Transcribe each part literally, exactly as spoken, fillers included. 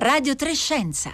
Radio tre Scienza.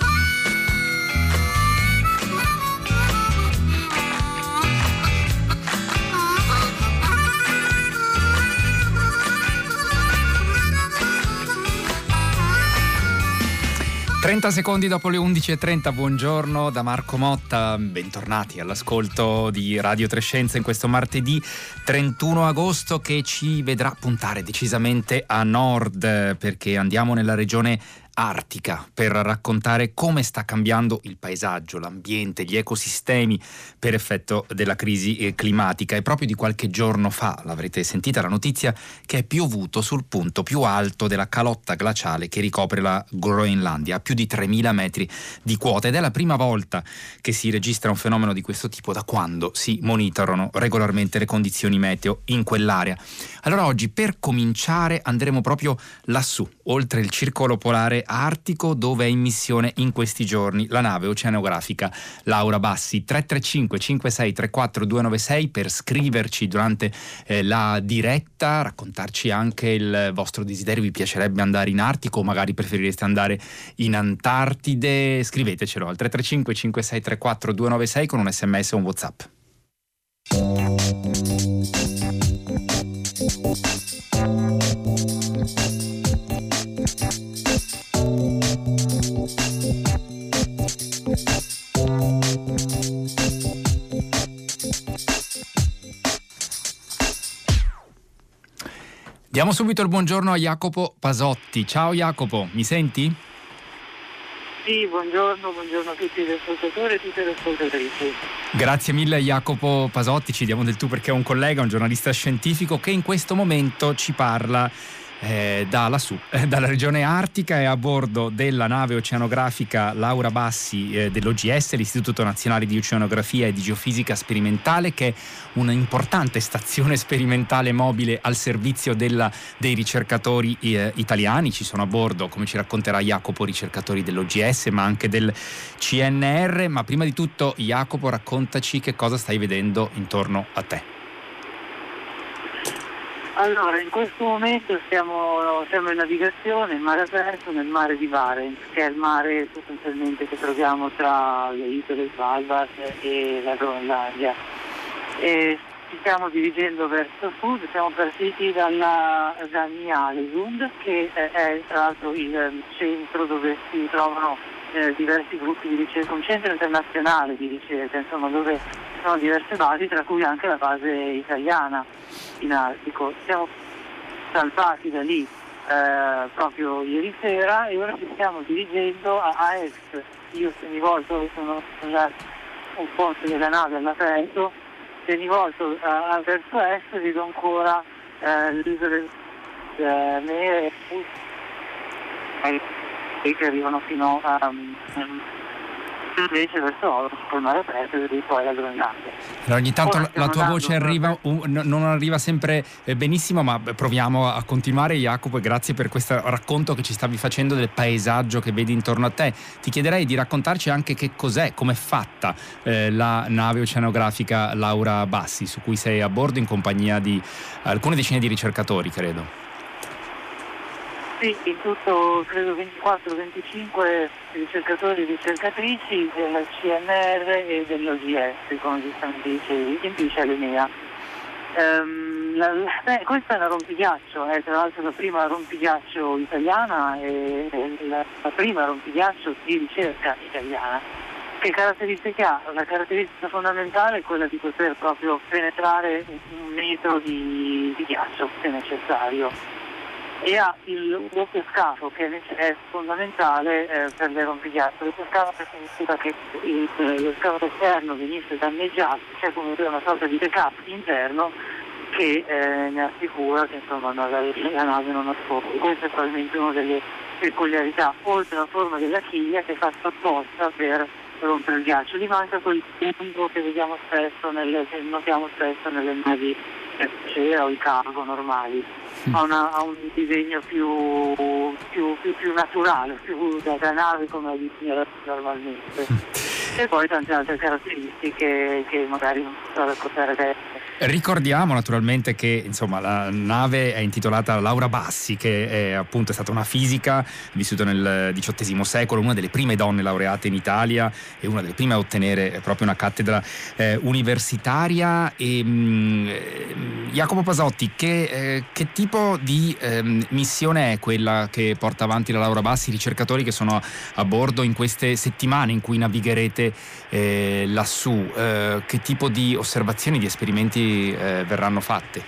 trenta secondi dopo le undici e trenta, buongiorno da Marco Motta, bentornati all'ascolto di Radio tre Scienze in questo martedì trentuno agosto che ci vedrà puntare decisamente a nord, perché andiamo nella regione artica per raccontare come sta cambiando il paesaggio, l'ambiente, gli ecosistemi per effetto della crisi climatica. E proprio di qualche giorno fa l'avrete sentita la notizia che è piovuto sul punto più alto della calotta glaciale che ricopre la Groenlandia, a più di tremila metri di quota, ed è la prima volta che si registra un fenomeno di questo tipo da quando si monitorano regolarmente le condizioni meteo in quell'area. Allora oggi, per cominciare, andremo proprio lassù, oltre il circolo polare artico, dove è in missione in questi giorni la nave oceanografica Laura Bassi. Tre tre cinque cinque sei tre quattro due nove sei per scriverci durante eh, la diretta, raccontarci anche il vostro desiderio. Vi piacerebbe andare in Artico o magari preferireste andare in Antartide? Scrivetecelo al tre tre cinque cinque sei tre quattro due nove sei con un sms o un WhatsApp. Diamo subito il buongiorno a Jacopo Pasotti. Ciao Jacopo, mi senti? Sì, buongiorno, buongiorno a tutti gli ascoltatori e tutte le ascoltatrici. Grazie mille Jacopo Pasotti, ci diamo del tu perché è un collega, un giornalista scientifico che in questo momento ci parla eh, da lassù, eh, dalla regione artica, e a bordo della nave oceanografica Laura Bassi eh, dell'O G S, l'Istituto Nazionale di Oceanografia e di Geofisica Sperimentale, che è un'importante stazione sperimentale mobile al servizio della, dei ricercatori eh, italiani. Ci sono a bordo, come ci racconterà Jacopo, ricercatori dell'O G S ma anche del C N R. Ma prima di tutto, Jacopo, raccontaci che cosa stai vedendo intorno a te. Allora, in questo momento siamo, siamo in navigazione in mare aperto nel mare di Barents, che è il mare sostanzialmente che troviamo tra le isole Svalbard e la Groenlandia. E ci stiamo dirigendo verso sud, siamo partiti dalla, da Ny-Ålesund, che è, è tra l'altro il centro dove si trovano eh, diversi gruppi di ricerca, un centro internazionale di ricerca, insomma, dove ci sono diverse basi, tra cui anche la base italiana in Artico. Siamo salpati da lì eh, proprio ieri sera e ora ci stiamo dirigendo a, a est. Io ogni volta sono un ponte della nave all'aperto, se mi volto uh, verso est vedo ancora uh, le isole uh, nere e che arrivano fino a um, invece verso ovest col mare aperto e poi la Groenlandia. Allora, ogni tanto la, la tua voce arriva un, non arriva sempre eh, benissimo, ma proviamo a continuare, Jacopo, e grazie per questo racconto che ci stavi facendo del paesaggio che vedi intorno a te. Ti chiederei di raccontarci anche che cos'è, com'è fatta eh, la nave oceanografica Laura Bassi, su cui sei a bordo in compagnia di alcune decine di ricercatori, credo. Sì, in tutto credo ventiquattro venticinque ricercatori e ricercatrici del C N R e dell'O G S, come giustamente dicevi, in più c'è l'Enea. Um, la, la, questa è una rompighiaccio, è tra l'altro la prima rompighiaccio italiana e, e la, la prima rompighiaccio di ricerca italiana. Che caratteristiche ha? La caratteristica fondamentale è quella di poter proprio penetrare un metro di, di ghiaccio, se necessario. E ha il doppio scafo che è fondamentale eh, per le rompighiaccio. Il doppio scafo significa che il, lo scafo esterno venisse danneggiato, c'è come una sorta di backup interno che eh, ne assicura che insomma la, la nave non affondi. Questa è probabilmente una delle peculiarità, oltre alla forma della chiglia che è fatta apposta per rompere il ghiaccio. Gli manca quel punto che vediamo spesso nelle, che notiamo spesso nelle navi crociera o i cargo normali. Ha, una, ha un disegno più, più, più, più naturale, più da, da nave come la disegna normalmente. E poi tante altre caratteristiche che magari non so raccontare adesso. Ricordiamo naturalmente che insomma la nave è intitolata Laura Bassi, che è appunto è stata una fisica vissuta nel diciottesimo secolo, una delle prime donne laureate in Italia e una delle prime a ottenere proprio una cattedra eh, universitaria. E mh, Jacopo Pasotti, che, eh, che tipo di eh, missione è quella che porta avanti la Laura Bassi, i ricercatori che sono a bordo in queste settimane in cui navigherete eh, lassù? Eh, che tipo di osservazioni, di esperimenti Eh, verranno fatte?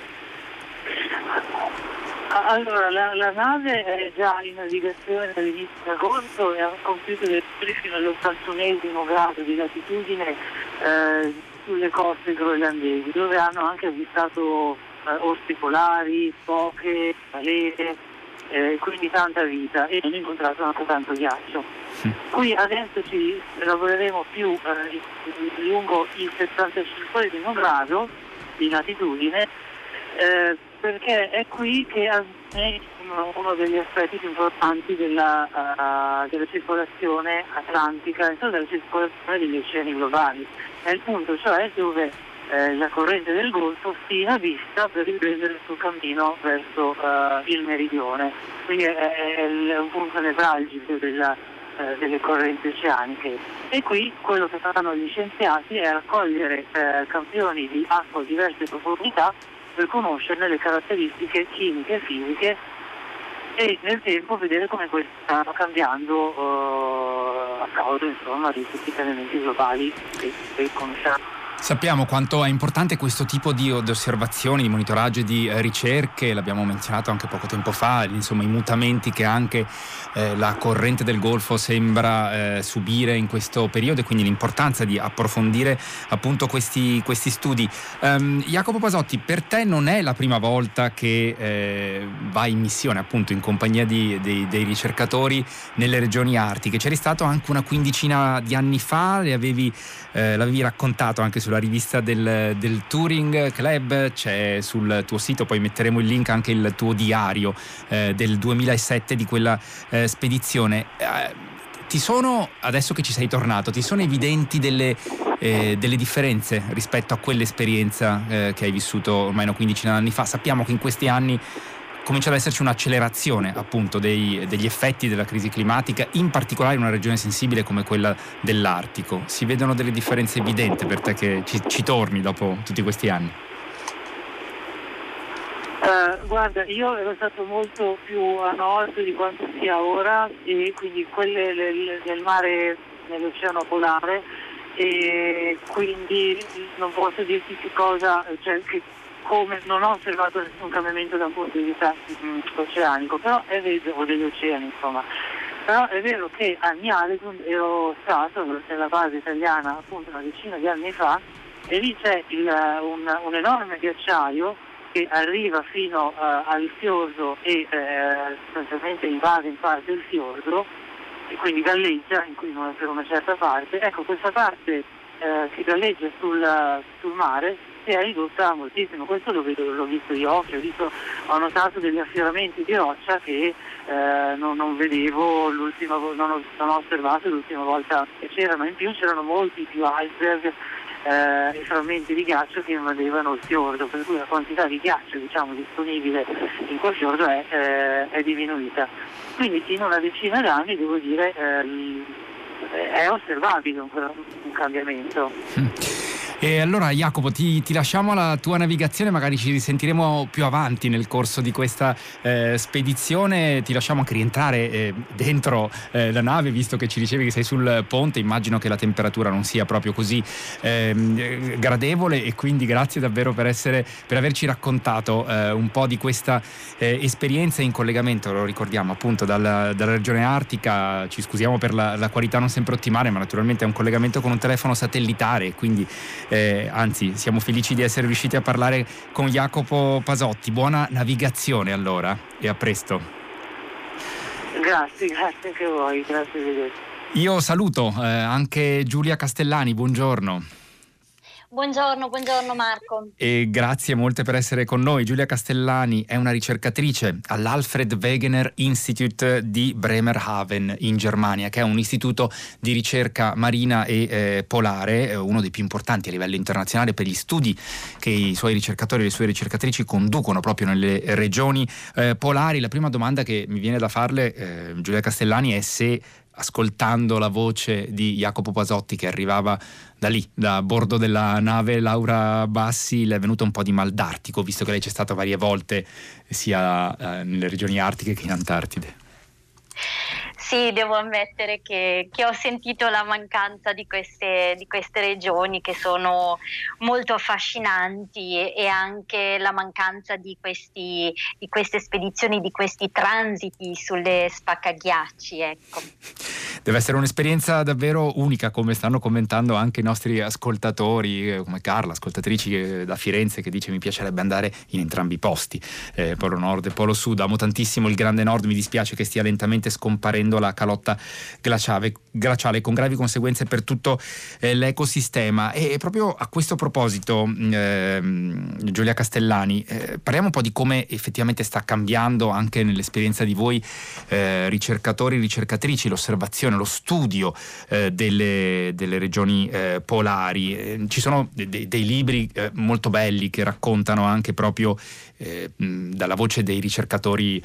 Allora, la, la nave è già in navigazione dall'inizio di agosto e ha compiuto dei giri fino all'ottantunesimo grado di latitudine eh, sulle coste groenlandesi, dove hanno anche avvistato eh, orsi polari, foche, balene, eh, quindi tanta vita, e hanno incontrato anche tanto ghiaccio. Mm. Qui adesso ci lavoreremo più eh, lungo il settantacinquesimo grado di latitudine, eh, perché è qui che avviene uno degli aspetti più importanti della, uh, della circolazione atlantica e della circolazione degli oceani globali. È il punto, cioè, dove eh, la corrente del Golfo si avvista per riprendere il suo cammino verso uh, il meridione. Quindi è, è, è un punto nevralgico della delle correnti oceaniche, e qui quello che faranno gli scienziati è raccogliere eh, campioni di acqua a diverse profondità per conoscerne le caratteristiche chimiche e fisiche e nel tempo vedere come queste stanno cambiando eh, a causa, insomma, di tutti i cambiamenti globali che, che conosciamo. Sappiamo quanto è importante questo tipo di, di osservazioni, di monitoraggio e di eh, ricerche, l'abbiamo menzionato anche poco tempo fa, insomma i mutamenti che anche eh, la corrente del Golfo sembra eh, subire in questo periodo, e quindi l'importanza di approfondire appunto questi, questi studi. Um, Jacopo Pasotti, per te non è la prima volta che eh, vai in missione appunto in compagnia di, dei, dei ricercatori nelle regioni artiche. C'eri stato anche una quindicina di anni fa, le avevi, eh, l'avevi raccontato anche sulla rivista del, del Touring Club, c'è sul tuo sito, poi metteremo il link anche il tuo diario eh, del duemilasette di quella eh, spedizione. Eh, ti sono, adesso che ci sei tornato, ti sono evidenti delle, eh, delle differenze rispetto a quell'esperienza eh, che hai vissuto ormai una quindicina di anni fa? Sappiamo che in questi anni comincia ad esserci un'accelerazione appunto dei, degli effetti della crisi climatica, in particolare in una regione sensibile come quella dell'Artico. Si vedono delle differenze evidenti per te che ci, ci torni dopo tutti questi anni? Uh, guarda, io ero stato molto più a nord di quanto sia ora, e quindi quelle del, del mare, nell'oceano polare, e quindi non posso dirti che cosa, cioè che come non ho osservato nessun cambiamento da un punto di vista mh, oceanico, però è vero, o degli oceani insomma, però è vero che a Nyalekund ero stato nella base italiana appunto una decina di anni fa, e lì c'è il, un, un enorme ghiacciaio che arriva fino uh, al fiordo e eh, sostanzialmente invade in parte il fiordo, e quindi galleggia in cui non per una certa parte. Ecco, questa parte eh, che galleggia sul, sul mare si è ridotta moltissimo. Questo lo vedo, l'ho visto io, ho visto, ho notato degli affioramenti di roccia che eh, non, non vedevo l'ultima non ho, non ho osservato l'ultima volta che c'erano. In più c'erano molti più iceberg eh, e frammenti di ghiaccio che invadevano il fiordo, per cui la quantità di ghiaccio, diciamo, disponibile in quel fiordo è, eh, è diminuita. Quindi in una decina d'anni, devo dire, eh, è osservabile un, un cambiamento. Mm. E allora Jacopo, ti, ti lasciamo alla tua navigazione, magari ci risentiremo più avanti nel corso di questa eh, spedizione. Ti lasciamo anche rientrare eh, dentro eh, la nave, visto che ci dicevi che sei sul ponte. Immagino che la temperatura non sia proprio così eh, gradevole, e quindi grazie davvero per essere per averci raccontato eh, un po' di questa eh, esperienza in collegamento, lo ricordiamo appunto dalla, dalla regione artica. Ci scusiamo per la, la qualità non sempre ottimale, ma naturalmente è un collegamento con un telefono satellitare, quindi Eh, anzi siamo felici di essere riusciti a parlare con Jacopo Pasotti. Buona navigazione allora, e a presto. Grazie, grazie anche a voi, grazie. Io saluto eh, anche Giulia Castellani, buongiorno. Buongiorno, buongiorno Marco. E grazie molte per essere con noi. Giulia Castellani è una ricercatrice all'Alfred Wegener Institute di Bremerhaven in Germania, che è un istituto di ricerca marina e eh, polare, uno dei più importanti a livello internazionale per gli studi che i suoi ricercatori e le sue ricercatrici conducono proprio nelle regioni eh, polari. La prima domanda che mi viene da farle, eh, Giulia Castellani, è se, ascoltando la voce di Jacopo Pasotti che arrivava da lì, da bordo della nave Laura Bassi, le è venuto un po' di mal d'artico, visto che lei c'è stata varie volte sia eh, nelle regioni artiche che in Antartide. Sì, devo ammettere che, che ho sentito la mancanza di queste, di queste regioni che sono molto affascinanti e, e anche la mancanza di, questi, di queste spedizioni, di questi transiti sulle spaccaghiacci, ecco. Deve essere un'esperienza davvero unica, come stanno commentando anche i nostri ascoltatori, come Carla, ascoltatrici da Firenze, che dice: mi piacerebbe andare in entrambi i posti, eh, Polo Nord e Polo Sud. Amo tantissimo il Grande Nord, mi dispiace che stia lentamente scomparendo la calotta glaciale, glaciale con gravi conseguenze per tutto eh, l'ecosistema. E proprio a questo proposito, eh, Giulia Castellani, eh, parliamo un po' di come effettivamente sta cambiando anche nell'esperienza di voi eh, ricercatori e ricercatrici l'osservazione, lo studio eh, delle, delle regioni eh, polari. Eh, ci sono de- de- dei libri eh, molto belli che raccontano anche proprio eh, dalla voce dei ricercatori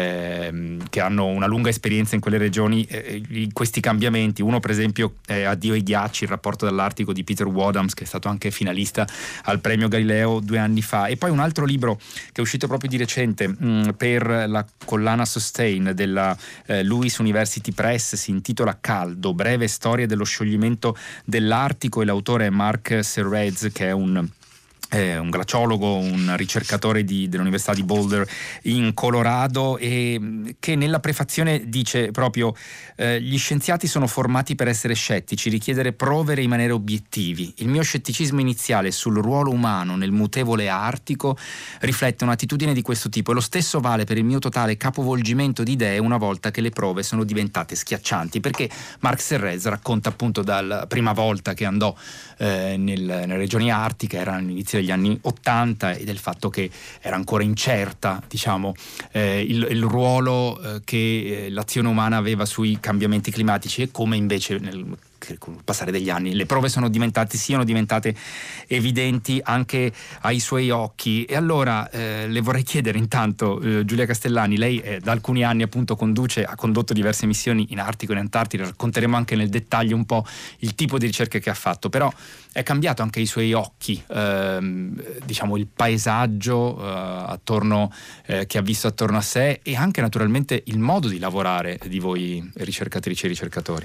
eh, che hanno una lunga esperienza in quelle regioni eh, questi cambiamenti. Uno per esempio è Addio ai ghiacci, il rapporto dall'Artico di Peter Wadhams, che è stato anche finalista al premio Galileo due anni fa. E poi un altro libro che è uscito proprio di recente mh, per la collana Sustain della eh, Lewis University Press, si intitola Caldo, breve storia dello scioglimento dell'Artico, e l'autore è Mark Serrez, che è un Eh, un glaciologo, un ricercatore di, dell'Università di Boulder in Colorado, e che nella prefazione dice proprio eh, gli scienziati sono formati per essere scettici, richiedere prove e rimanere obiettivi. Il mio scetticismo iniziale sul ruolo umano nel mutevole artico riflette un'attitudine di questo tipo, e lo stesso vale per il mio totale capovolgimento di idee una volta che le prove sono diventate schiaccianti, perché Mark Serrez racconta appunto dalla prima volta che andò eh, nel, nelle regioni artiche, era all'inizio degli anni ottanta, e del fatto che era ancora incerta, diciamo, eh, il, il ruolo eh, che eh, l'azione umana aveva sui cambiamenti climatici, e come invece nel che con il passare degli anni le prove sono diventate, siano diventate evidenti anche ai suoi occhi. E allora eh, le vorrei chiedere intanto, eh, Giulia Castellani, lei eh, da alcuni anni appunto conduce, ha condotto diverse missioni in Artico e in Antartide, racconteremo anche nel dettaglio un po' il tipo di ricerche che ha fatto, però è cambiato anche ai suoi occhi, ehm, diciamo, il paesaggio eh, attorno eh, che ha visto attorno a sé, e anche naturalmente il modo di lavorare di voi ricercatrici e ricercatori.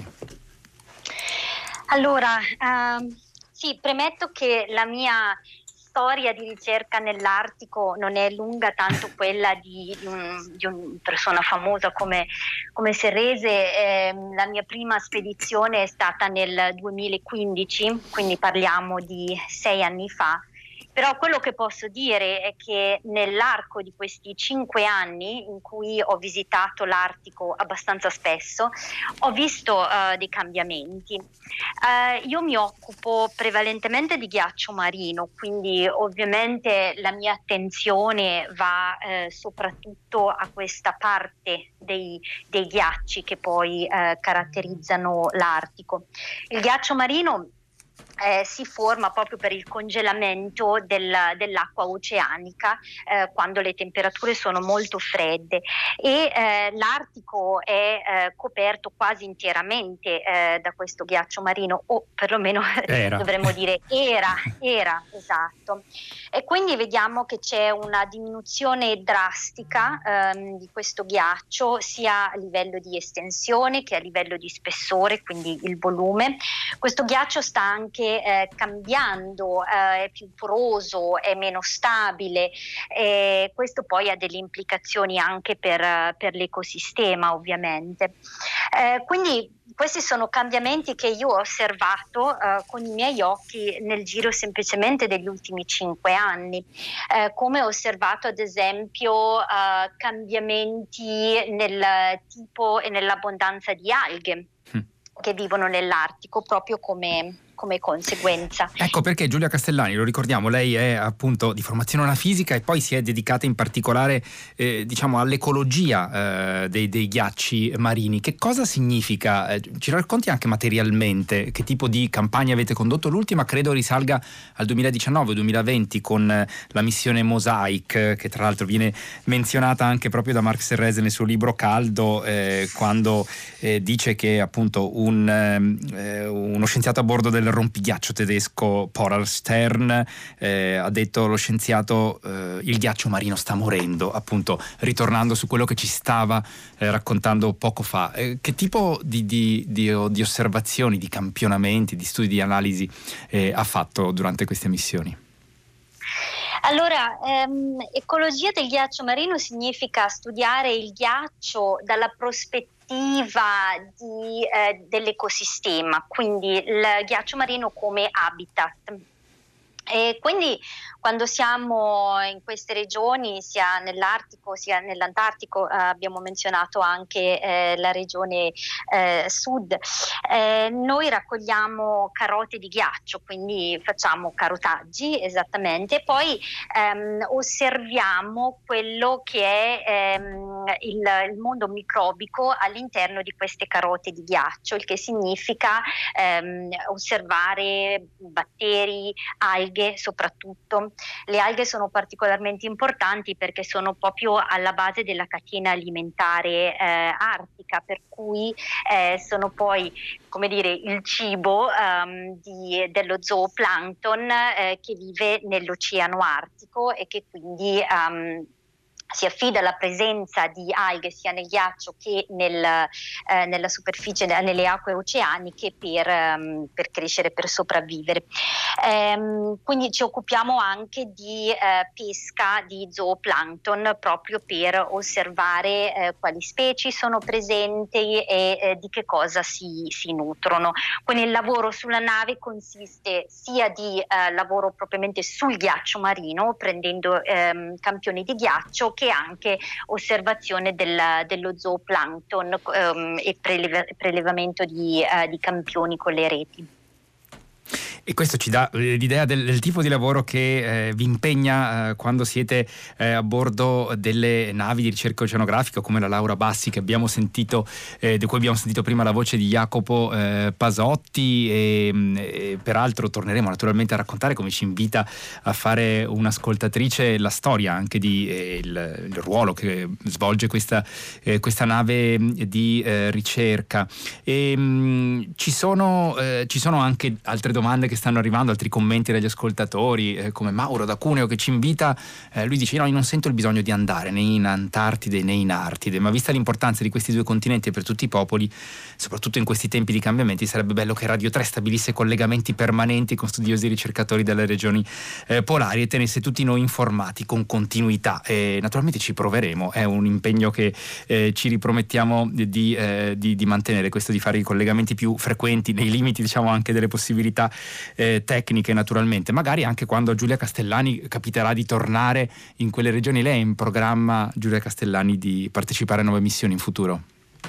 Allora, ehm, sì, premetto che la mia storia di ricerca nell'Artico non è lunga tanto quella di, di, un, di una persona famosa come, come Serrese. Eh, la mia prima spedizione è stata nel duemilaquindici, quindi parliamo di sei anni fa. Però quello che posso dire è che nell'arco di questi cinque anni in cui ho visitato l'Artico abbastanza spesso, ho visto uh, dei cambiamenti. Uh, io mi occupo prevalentemente di ghiaccio marino, quindi ovviamente la mia attenzione va uh, soprattutto a questa parte dei, dei ghiacci che poi uh, caratterizzano l'Artico. Il ghiaccio marino Eh, si forma proprio per il congelamento del, dell'acqua oceanica eh, quando le temperature sono molto fredde, e eh, l'Artico è eh, coperto quasi interamente eh, da questo ghiaccio marino, o perlomeno dovremmo dire era, era, esatto. E quindi vediamo che c'è una diminuzione drastica ehm, di questo ghiaccio, sia a livello di estensione che a livello di spessore, quindi il volume. Questo ghiaccio sta anche Eh, cambiando, eh, è più poroso, è meno stabile, e questo poi ha delle implicazioni anche per, per l'ecosistema, ovviamente. Eh, quindi questi sono cambiamenti che io ho osservato eh, con i miei occhi nel giro semplicemente degli ultimi cinque anni, eh, come ho osservato ad esempio eh, cambiamenti nel tipo e nell'abbondanza di alghe che vivono nell'Artico, proprio come come conseguenza. Ecco perché Giulia Castellani, lo ricordiamo, lei è appunto di formazione una fisica e poi si è dedicata in particolare eh, diciamo all'ecologia eh, dei, dei ghiacci marini. Che cosa significa? Eh, ci racconti anche materialmente che tipo di campagna avete condotto? L'ultima credo risalga al duemiladiciannove duemilaventi con eh, la missione Mosaic, che tra l'altro viene menzionata anche proprio da Marc Serrese nel suo libro Caldo, eh, quando eh, dice che appunto un, eh, uno scienziato a bordo del rompighiaccio tedesco Polarstern eh, ha detto: lo scienziato eh, il ghiaccio marino sta morendo, appunto ritornando su quello che ci stava eh, raccontando poco fa. Eh, che tipo di, di, di, di osservazioni, di campionamenti, di studi, di analisi eh, ha fatto durante queste missioni? Allora, ehm, ecologia del ghiaccio marino significa studiare il ghiaccio dalla prospettiva di, eh, dell'ecosistema, quindi il ghiaccio marino come habitat. E quindi quando siamo in queste regioni, sia nell'Artico sia nell'Antartico, eh, abbiamo menzionato anche eh, la regione eh, sud, eh, noi raccogliamo carote di ghiaccio, quindi facciamo carotaggi esattamente, poi ehm, osserviamo quello che è ehm, il, il mondo microbico all'interno di queste carote di ghiaccio, il che significa ehm, osservare batteri, alghe soprattutto. Le alghe sono particolarmente importanti perché sono proprio alla base della catena alimentare eh, artica, per cui eh, sono poi, come dire, il cibo ehm, di, dello zooplancton eh, che vive nell'oceano artico e che quindi ehm, si affida alla presenza di alghe sia nel ghiaccio che nel, eh, nella superficie, nelle acque oceaniche per, um, per crescere, per sopravvivere. Ehm, quindi ci occupiamo anche di eh, pesca di zooplancton proprio per osservare eh, quali specie sono presenti e eh, di che cosa si, si nutrono. Quindi il lavoro sulla nave consiste sia di eh, lavoro propriamente sul ghiaccio marino, prendendo ehm, campioni di ghiaccio, che anche osservazione del, dello zooplancton um, e preleva, prelevamento di, uh, di campioni con le reti. E questo ci dà l'idea del, del tipo di lavoro che eh, vi impegna eh, quando siete eh, a bordo delle navi di ricerca oceanografica come la Laura Bassi, che abbiamo sentito, eh, di cui abbiamo sentito prima la voce di Jacopo eh, Pasotti e, e peraltro torneremo naturalmente a raccontare, come ci invita a fare un'ascoltatrice, la storia anche di eh, il, il ruolo che svolge questa, eh, questa nave di eh, ricerca. E, mh, ci sono, eh, ci sono anche altre domande che stanno arrivando, altri commenti dagli ascoltatori, eh, come Mauro da Cuneo che ci invita, eh, lui dice: no, io non sento il bisogno di andare né in Antartide né in Artide, ma vista l'importanza di questi due continenti per tutti i popoli, soprattutto in questi tempi di cambiamenti, sarebbe bello che Radio tre stabilisse collegamenti permanenti con studiosi e ricercatori delle regioni eh, polari e tenesse tutti noi informati con continuità. E naturalmente ci proveremo, è un impegno che eh, ci ripromettiamo di, eh, di, di mantenere, questo di fare i collegamenti più frequenti nei limiti, diciamo, anche delle possibilità Eh, tecniche, naturalmente, magari anche quando a Giulia Castellani capiterà di tornare in quelle regioni. Lei è in programma, Giulia Castellani, di partecipare a nuove missioni in futuro?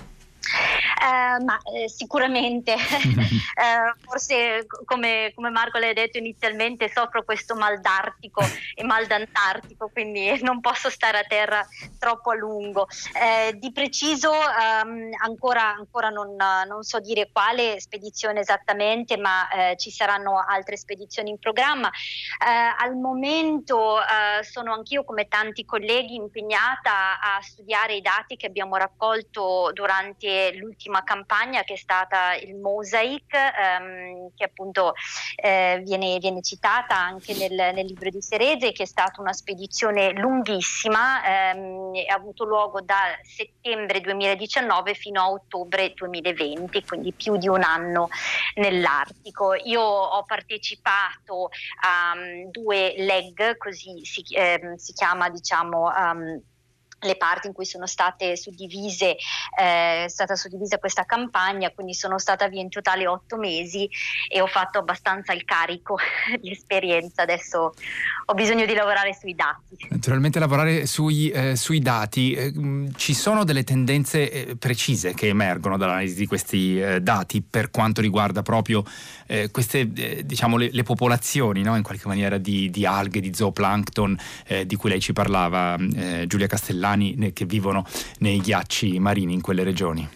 Uh, ma eh, sicuramente uh, forse come, come Marco le ha detto inizialmente, soffro questo mal d'Artico e mal d'Antartico, quindi non posso stare a terra troppo a lungo. Uh, di preciso um, ancora, ancora non, non so dire quale spedizione esattamente, ma uh, ci saranno altre spedizioni in programma. Uh, al momento uh, sono anch'io, come tanti colleghi, impegnata a studiare i dati che abbiamo raccolto durante l'ultima campagna, che è stata il Mosaic, ehm, che appunto eh, viene, viene citata anche nel, nel libro di Serrese, che è stata una spedizione lunghissima, ehm, ha avuto luogo da settembre duemiladiciannove fino a ottobre duemilaventi, quindi più di un anno nell'Artico. Io ho partecipato a um, due leg, così si, eh, si chiama, diciamo, um, le parti in cui sono state suddivise, eh, è stata suddivisa questa campagna, quindi sono stata via in totale otto mesi e ho fatto abbastanza il carico di esperienza. Adesso ho bisogno di lavorare sui dati. Naturalmente lavorare sui, eh, sui dati. Eh, ci sono delle tendenze eh, precise che emergono dall'analisi di questi eh, dati per quanto riguarda proprio eh, queste, eh, diciamo, le, le popolazioni, no? In qualche maniera di, di alghe, di zooplancton, eh, di cui lei ci parlava, eh, Giulia Castellani, ne, che vivono nei ghiacci marini in quelle regioni.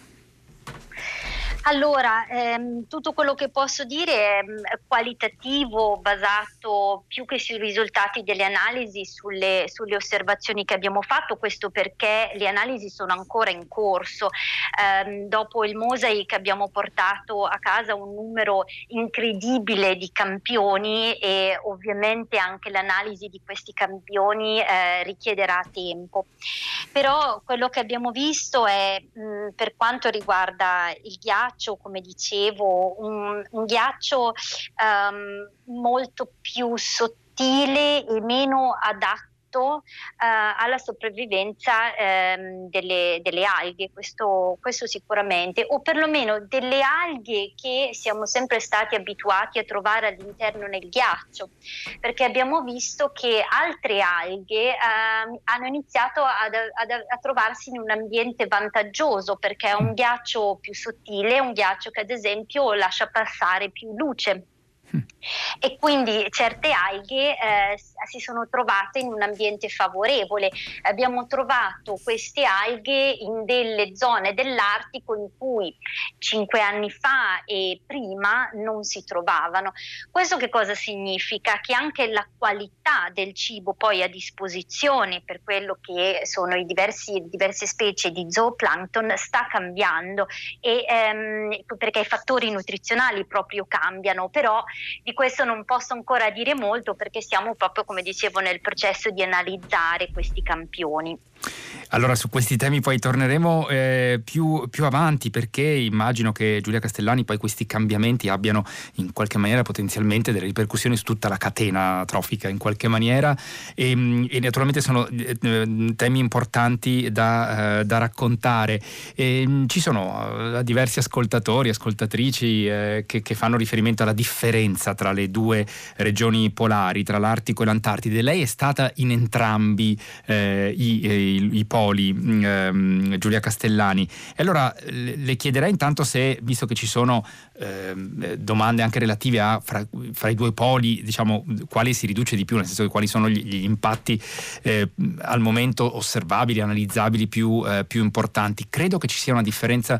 Allora, ehm, tutto quello che posso dire è qualitativo, basato più che sui risultati delle analisi, sulle, sulle osservazioni che abbiamo fatto, questo perché le analisi sono ancora in corso. Ehm, dopo il Mosaic abbiamo portato a casa un numero incredibile di campioni e ovviamente anche l'analisi di questi campioni eh, richiederà tempo. Però quello che abbiamo visto è, mh, per quanto riguarda il ghiaccio, come dicevo, un, un ghiaccio um, molto più sottile e meno adatto uh, alla sopravvivenza um, delle, delle alghe, questo, questo sicuramente, o perlomeno delle alghe che siamo sempre stati abituati a trovare all'interno del ghiaccio, perché abbiamo visto che altre alghe uh, hanno iniziato ad, ad, a trovarsi in un ambiente vantaggioso, perché è un ghiaccio più sottile, un ghiaccio che ad esempio lascia passare più luce. E quindi certe alghe eh, si sono trovate in un ambiente favorevole. Abbiamo trovato queste alghe in delle zone dell'Artico in cui cinque anni fa e prima non si trovavano. Questo che cosa significa? Che anche la qualità del cibo poi a disposizione per quello che sono i diversi, diverse specie di zooplancton sta cambiando, e, ehm, perché i fattori nutrizionali proprio cambiano, però di questo non posso ancora dire molto perché siamo proprio, come dicevo, nel processo di analizzare questi campioni. Allora, su questi temi poi torneremo eh, più, più avanti, perché immagino che, Giulia Castellani, poi questi cambiamenti abbiano in qualche maniera potenzialmente delle ripercussioni su tutta la catena trofica in qualche maniera, e, e naturalmente sono eh, temi importanti da, eh, da raccontare. E, ci sono eh, diversi ascoltatori, ascoltatrici eh, che, che fanno riferimento alla differenza tra le due regioni polari, tra l'Artico e l'Antartide. Lei è stata in entrambi eh, i, i, i poli, ehm, Giulia Castellani, e allora le chiederei intanto se, visto che ci sono ehm, domande anche relative a fra, fra i due poli, diciamo, quale si riduce di più, nel senso che quali sono gli, gli impatti eh, al momento osservabili, analizzabili più, eh, più importanti. Credo che ci sia una differenza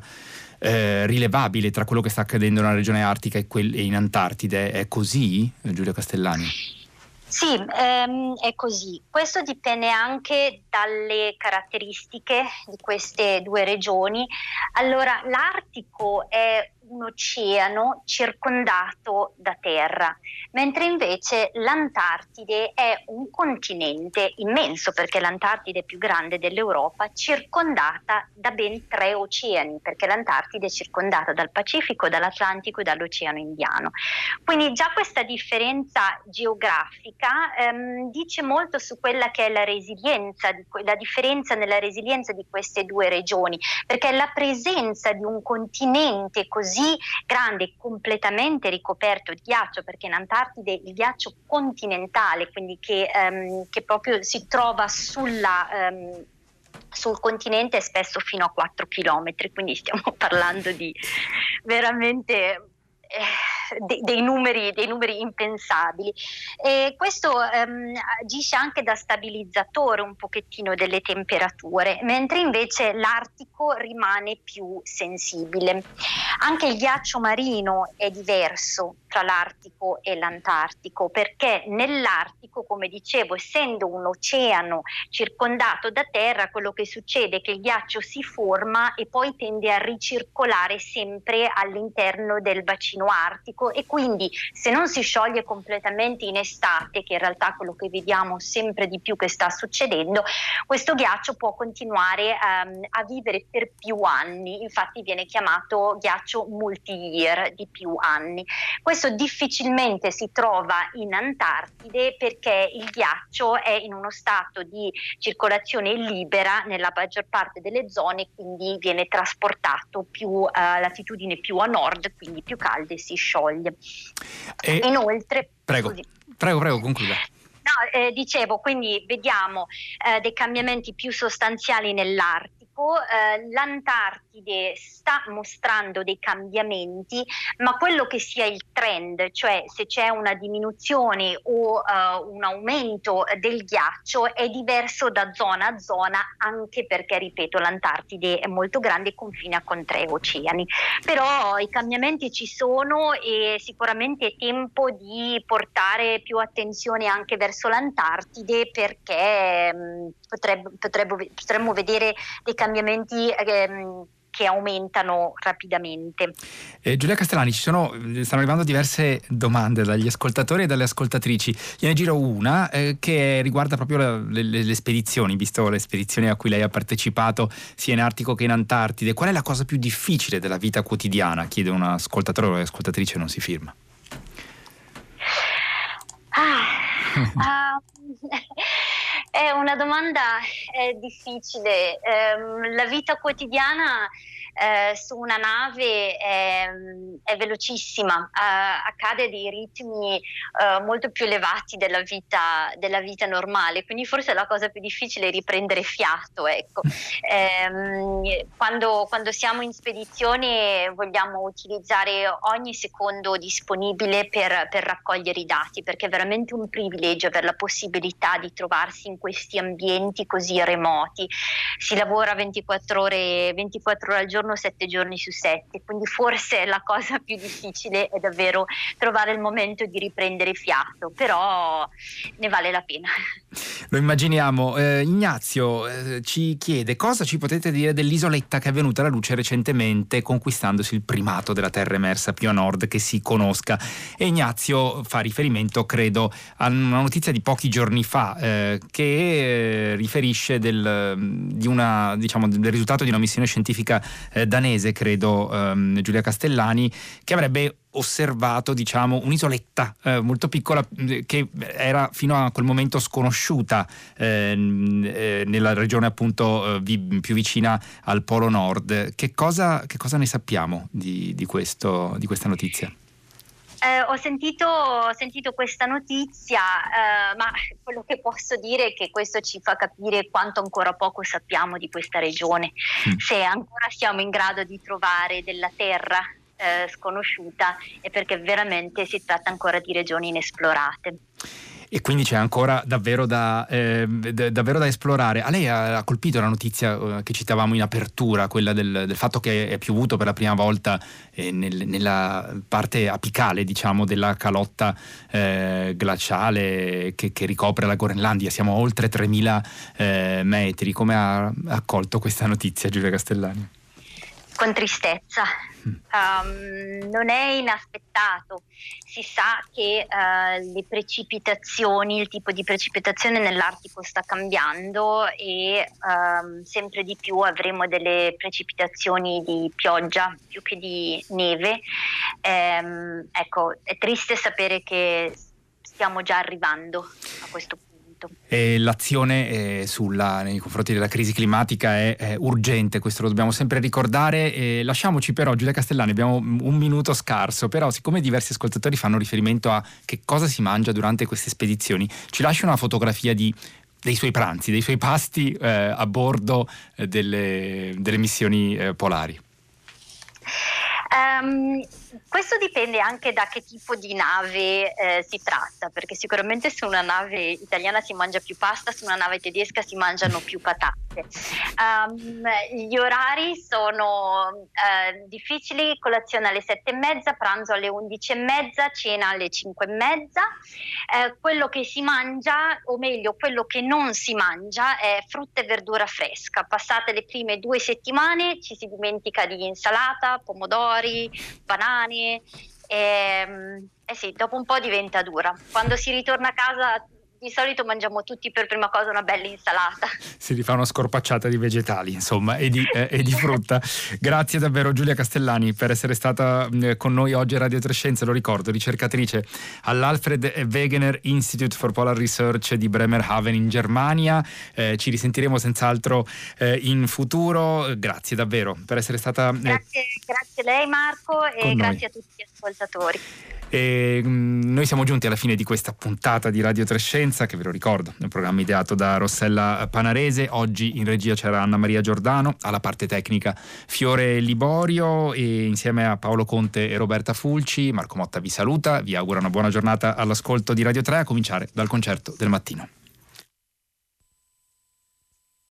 eh, rilevabile tra quello che sta accadendo nella regione artica e, quel, e in Antartide. È così, Giulia Castellani? Sì, ehm, è così. Questo dipende anche dalle caratteristiche di queste due regioni. Allora, l'Artico è un oceano circondato da terra, mentre invece l'Antartide è un continente immenso, perché l'Antartide è più grande dell'Europa, circondata da ben tre oceani, perché l'Antartide è circondata dal Pacifico, dall'Atlantico e dall'Oceano Indiano. Quindi già questa differenza geografica ehm, dice molto su quella che è la resilienza, di, la differenza nella resilienza di queste due regioni, perché la presenza di un continente così grande, completamente ricoperto di ghiaccio, perché in Antartide il ghiaccio continentale, quindi che, um, che proprio si trova sulla, um, sul continente, è spesso fino a quattro chilometri, quindi stiamo parlando di veramente eh, de- dei, numeri, dei numeri impensabili. E questo ehm, agisce anche da stabilizzatore un pochettino delle temperature, mentre invece l'Artico rimane più sensibile. Anche il ghiaccio marino è diverso tra l'Artico e l'Antartico, perché nell'Artico, come dicevo, essendo un oceano circondato da terra, quello che succede è che il ghiaccio si forma e poi tende a ricircolare sempre all'interno del bacino artico, e quindi se non si scioglie completamente in estate, che in realtà è quello che vediamo sempre di più che sta succedendo, questo ghiaccio può continuare um, a vivere per più anni. Infatti viene chiamato ghiaccio multi-year, di più anni. Questo difficilmente si trova in Antartide, perché il ghiaccio è in uno stato di circolazione libera nella maggior parte delle zone, quindi viene trasportato più a latitudine più a nord, quindi più calde, e si scioglie. E... Inoltre, prego, scusi. prego, prego, concluda. No, eh, dicevo, quindi vediamo eh, dei cambiamenti più sostanziali nell'Artico. Eh, L'Antartide sta mostrando dei cambiamenti, ma quello che sia il trend, cioè se c'è una diminuzione o uh, un aumento del ghiaccio, è diverso da zona a zona, anche perché, ripeto, l'Antartide è molto grande e confina con tre oceani. Però i cambiamenti ci sono e sicuramente è tempo di portare più attenzione anche verso l'Antartide, perché mh, potrebbe, potrebbe, potremmo vedere dei cambiamenti ehm, che aumentano rapidamente. Eh, Giulia Castellani, ci sono, stanno arrivando diverse domande dagli ascoltatori e dalle ascoltatrici. Gliene giro una eh, che riguarda proprio la, le, le spedizioni, visto le spedizioni a cui lei ha partecipato sia in Artico che in Antartide. Qual è la cosa più difficile della vita quotidiana? Chiede un ascoltatore o un'ascoltatrice, non si firma. Ah, uh, è una domanda eh, difficile. Eh, la vita quotidiana eh, su una nave è, è velocissima, uh, accade a dei ritmi uh, molto più elevati della vita, della vita normale, quindi forse la cosa più difficile è riprendere fiato, ecco. Eh, quando, quando siamo in spedizione vogliamo utilizzare ogni secondo disponibile per, per raccogliere i dati, perché è veramente un privilegio avere la possibilità di trovarsi in questi ambienti così remoti. Si lavora ventiquattro ore, ventiquattro ore al giorno, sette giorni su sette, quindi forse la cosa più difficile è davvero trovare il momento di riprendere fiato, però ne vale la pena. Lo immaginiamo. eh, Ignazio eh, ci chiede cosa ci potete dire dell'isoletta che è venuta alla luce recentemente, conquistandosi il primato della terra emersa più a nord che si conosca. E Ignazio fa riferimento, credo, a una notizia di pochi giorni fa eh, che eh, riferisce del, di una, diciamo, del risultato di una missione scientifica eh, danese, credo, ehm, Giulia Castellani, che avrebbe osservato, diciamo, un'isoletta eh, molto piccola eh, che era fino a quel momento sconosciuta eh, eh, nella regione appunto eh, vi, più vicina al Polo Nord. Che cosa, che cosa ne sappiamo di, di, questo, di questa notizia? Eh, ho sentito, ho sentito questa notizia, eh, ma quello che posso dire è che questo ci fa capire quanto ancora poco sappiamo di questa regione, mm. se ancora siamo in grado di trovare della terra eh, sconosciuta, è perché veramente si tratta ancora di regioni inesplorate. E quindi c'è ancora davvero da, eh, d- davvero da esplorare. A lei ha, ha colpito la notizia eh, che citavamo in apertura, quella del, del fatto che è piovuto per la prima volta eh, nel, nella parte apicale, diciamo, della calotta eh, glaciale che, che ricopre la Groenlandia. Siamo a oltre tremila eh, metri. Come ha accolto questa notizia Giulia Castellani? Con tristezza. Um, non è inaspettato. Si sa che uh, le precipitazioni, il tipo di precipitazione nell'Artico sta cambiando e um, sempre di più avremo delle precipitazioni di pioggia più che di neve. Um, ecco, è triste sapere che stiamo già arrivando a questo punto. E l'azione eh, sulla, nei confronti della crisi climatica è, è urgente, questo lo dobbiamo sempre ricordare. E lasciamoci però, Giulia Castellani, abbiamo un minuto scarso, però siccome diversi ascoltatori fanno riferimento a che cosa si mangia durante queste spedizioni, ci lascia una fotografia di, dei suoi pranzi, dei suoi pasti eh, a bordo eh, delle, delle missioni eh, polari. Um, questo dipende anche da che tipo di nave eh, si tratta, perché sicuramente su una nave italiana si mangia più pasta, su una nave tedesca si mangiano più patate. Um, gli orari sono uh, difficili: colazione alle sette e mezza, pranzo alle undici e mezza, cena alle cinque e mezza. Uh, quello che si mangia, o meglio quello che non si mangia, è frutta e verdura fresca. Passate le prime due settimane ci si dimentica di insalata, pomodori, banane. E, eh sì, dopo un po' diventa dura. Quando si ritorna a casa di solito mangiamo tutti per prima cosa una bella insalata. Si rifà una scorpacciata di vegetali, insomma, e di, eh, e di frutta. Grazie davvero Giulia Castellani per essere stata eh, con noi oggi a Radio Trescenza. Lo ricordo, ricercatrice all'Alfred Wegener Institute for Polar Research di Bremerhaven in Germania. Eh, ci risentiremo senz'altro eh, in futuro. Grazie davvero per essere stata eh, grazie, grazie a lei Marco e grazie a tutti gli ascoltatori. E, mh, noi siamo giunti alla fine di questa puntata di Radio Trescenza, che ve lo ricordo, è un programma ideato da Rossella Panarese. Oggi in regia c'era Anna Maria Giordano, alla parte tecnica Fiore Liborio, e insieme a Paolo Conte e Roberta Fulci, Marco Motta vi saluta, vi augura una buona giornata all'ascolto di Radio tre, a cominciare dal concerto del mattino.